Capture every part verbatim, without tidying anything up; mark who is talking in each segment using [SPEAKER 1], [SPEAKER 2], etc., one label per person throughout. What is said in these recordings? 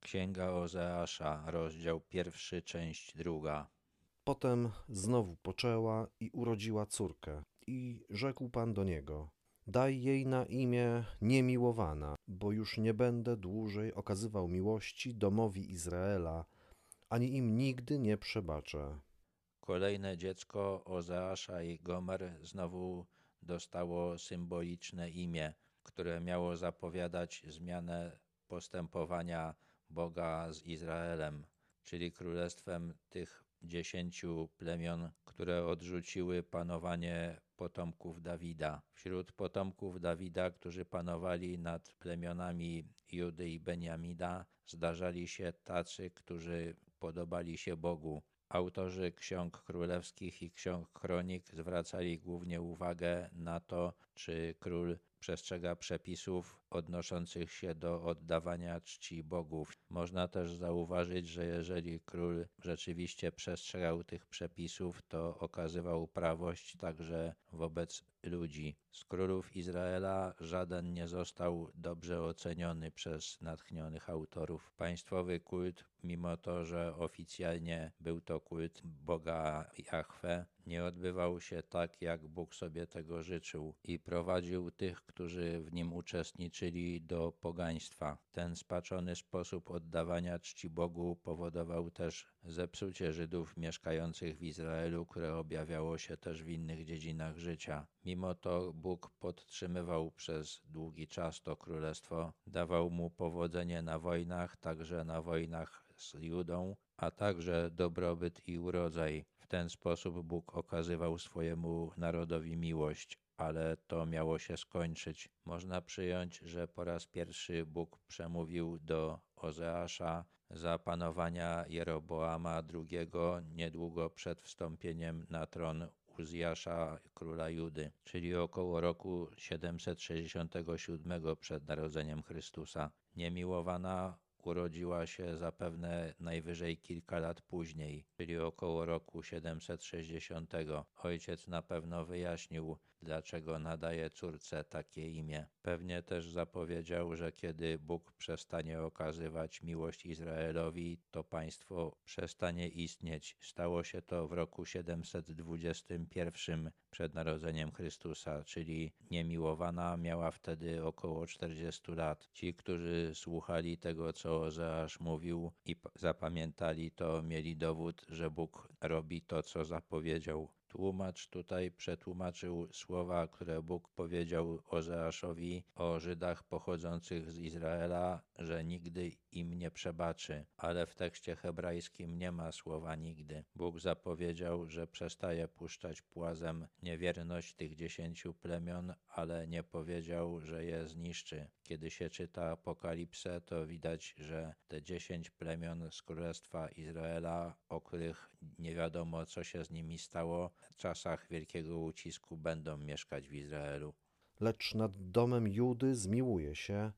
[SPEAKER 1] Księga Ozeasza, rozdział pierwszy, część druga.
[SPEAKER 2] Potem znowu poczęła i urodziła córkę. I rzekł Pan do niego: daj jej na imię Niemiłowana, bo już nie będę dłużej okazywał miłości domowi Izraela, ani im nigdy nie przebaczę.
[SPEAKER 1] Kolejne dziecko Ozeasza i Gomer znowu dostało symboliczne imię, które miało zapowiadać zmianę postępowania Boga z Izraelem, czyli królestwem tych dziesięciu plemion, które odrzuciły panowanie potomków Dawida. Wśród potomków Dawida, którzy panowali nad plemionami Judy i Benjamina, zdarzali się tacy, którzy podobali się Bogu. Autorzy ksiąg królewskich i ksiąg kronik zwracali głównie uwagę na to, czy król przestrzega przepisów odnoszących się do oddawania czci bogów. Można też zauważyć, że jeżeli król rzeczywiście przestrzegał tych przepisów, to okazywał prawość także wobec ludzi. Z królów Izraela żaden nie został dobrze oceniony przez natchnionych autorów. Państwowy kult, mimo to, że oficjalnie był to kult Boga Jahwe, nie odbywał się tak, jak Bóg sobie tego życzył i prowadził tych, którzy w nim uczestniczyli, do pogaństwa. Ten spaczony sposób oddawania czci Bogu powodował też zepsucie Żydów mieszkających w Izraelu, które objawiało się też w innych dziedzinach życia. Mimo to Bóg podtrzymywał przez długi czas to królestwo, dawał mu powodzenie na wojnach, także na wojnach z Judą, a także dobrobyt i urodzaj. W ten sposób Bóg okazywał swojemu narodowi miłość, ale to miało się skończyć. Można przyjąć, że po raz pierwszy Bóg przemówił do Ozeasza za panowania Jeroboama drugiego niedługo przed wstąpieniem na tron Uzjasza, króla Judy, czyli około roku siedemset sześćdziesiątego siódmego przed narodzeniem Chrystusa. Niemiłowana urodziła się zapewne najwyżej kilka lat później, czyli około roku siedemset sześćdziesiątego. Ojciec na pewno wyjaśnił, dlaczego nadaje córce takie imię. Pewnie też zapowiedział, że kiedy Bóg przestanie okazywać miłość Izraelowi, to państwo przestanie istnieć. Stało się to w roku siedemset dwudziestym pierwszym przed narodzeniem Chrystusa, czyli niemiłowana miała wtedy około czterdziestu lat. Ci, którzy słuchali tego, co Ozeasz mówił i zapamiętali to, mieli dowód, że Bóg robi to, co zapowiedział. Tłumacz tutaj przetłumaczył słowa, które Bóg powiedział Ozeaszowi o Żydach pochodzących z Izraela, że nigdy im nie przebaczy, ale w tekście hebrajskim nie ma słowa nigdy. Bóg zapowiedział, że przestaje puszczać płazem niewierność tych dziesięciu plemion, ale nie powiedział, że je zniszczy. Kiedy się czyta Apokalipsę, to widać, że te dziesięć plemion z Królestwa Izraela, o których nie wiadomo, co się z nimi stało, w czasach wielkiego ucisku będą mieszkać w Izraelu.
[SPEAKER 2] Lecz nad domem Judy zmiłuję się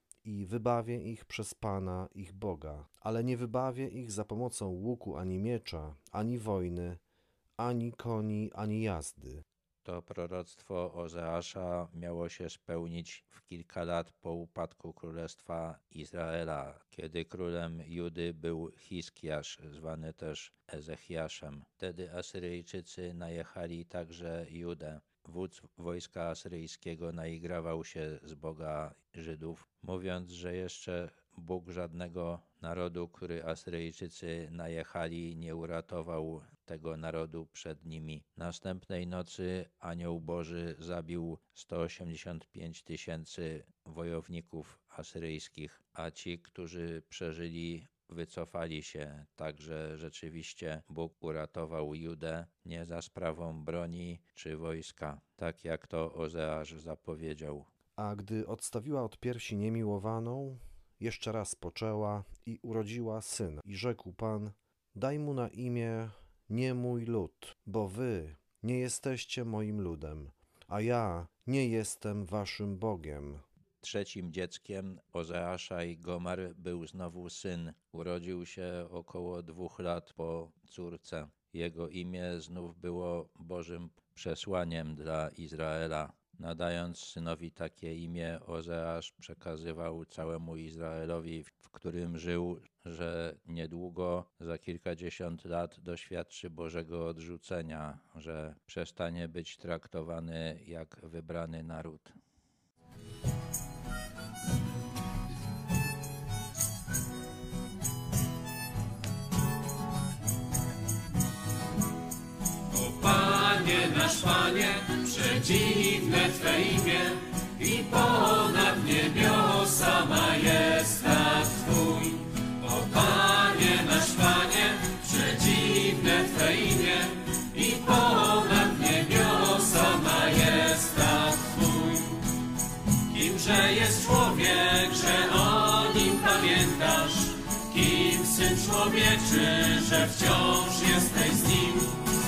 [SPEAKER 2] i wybawię ich przez Pana, ich Boga, ale nie wybawię ich za pomocą łuku ani miecza, ani wojny, ani koni, ani jazdy.
[SPEAKER 1] To proroctwo Ozeasza miało się spełnić w kilka lat po upadku Królestwa Izraela, kiedy królem Judy był Hiskiasz, zwany też Ezechiaszem. Wtedy Asyryjczycy najechali także Judę. Wódz wojska asyryjskiego naigrawał się z Boga Żydów, mówiąc, że jeszcze Bóg żadnego narodu, który Asyryjczycy najechali, nie uratował tego narodu przed nimi. Następnej nocy anioł Boży zabił sto osiemdziesiąt pięć tysięcy wojowników asyryjskich, a ci, którzy przeżyli, wycofali się. Także rzeczywiście Bóg uratował Judę nie za sprawą broni czy wojska, tak jak to Ozeasz zapowiedział.
[SPEAKER 2] A gdy odstawiła od piersi niemiłowaną, jeszcze raz poczęła i urodziła syna. I rzekł Pan: daj mu na imię nie mój lud, bo wy nie jesteście moim ludem, a ja nie jestem waszym Bogiem.
[SPEAKER 1] Trzecim dzieckiem Ozeasza i Gomer był znowu syn. Urodził się około dwóch lat po córce. Jego imię znów było Bożym przesłaniem dla Izraela. Nadając synowi takie imię, Ozeasz przekazywał całemu Izraelowi, w którym żył, że niedługo, za kilkadziesiąt lat doświadczy Bożego odrzucenia, że przestanie być traktowany jak wybrany naród.
[SPEAKER 3] Panie nasz Panie, przedziwne Twe imię i ponad niebiosa majestat Twój. O Panie nasz Panie, przedziwne Twe imię i ponad niebiosa majestat Twój. Kimże jest człowiek, że o nim pamiętasz? Kim Syn Człowieczy, że wciąż jesteś z nim?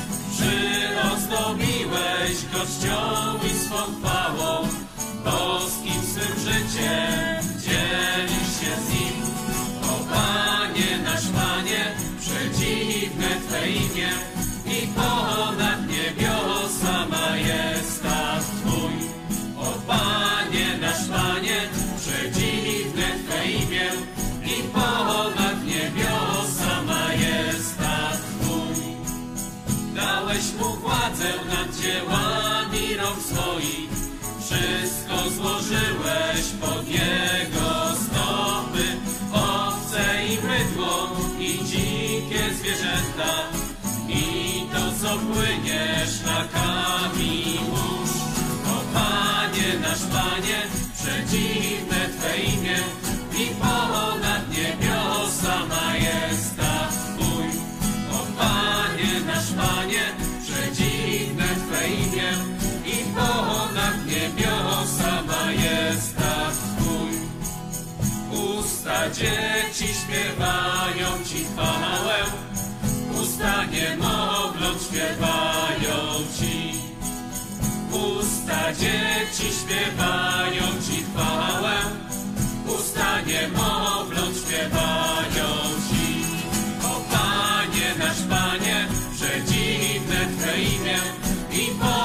[SPEAKER 3] Przyozdobiłeś go czcią i swą chwałą, boskim swym życiem dzielisz się z nim. O Panie nasz Panie, przedziwne Twe imię i ponad niebiosa majestat Twój. O Panie nasz Panie, przedziwne Twe imię i ponad niebiosa majestat Twój. Dałeś mu władzę nad dziełami rąk swoich, wszystko złożyłeś pod jego stopy. Owce i mydło i dzikie zwierzęta i to, co płynie szlakami mórz. O Panie nasz Panie, przedziwne Twe imię i ponad niebiosa majestat Twój. O Panie nasz Panie, przedziwne Twe imię i ponad niebiosa majestat Twój. Usta dzieci śpiewają Ci chwałę, usta niemowląt śpiewają Ci. Usta dzieci śpiewają Ci chwałę, usta niemowląt śpiewają Ci. O Panie nasz Panie, przedziwne Twe imię i ponad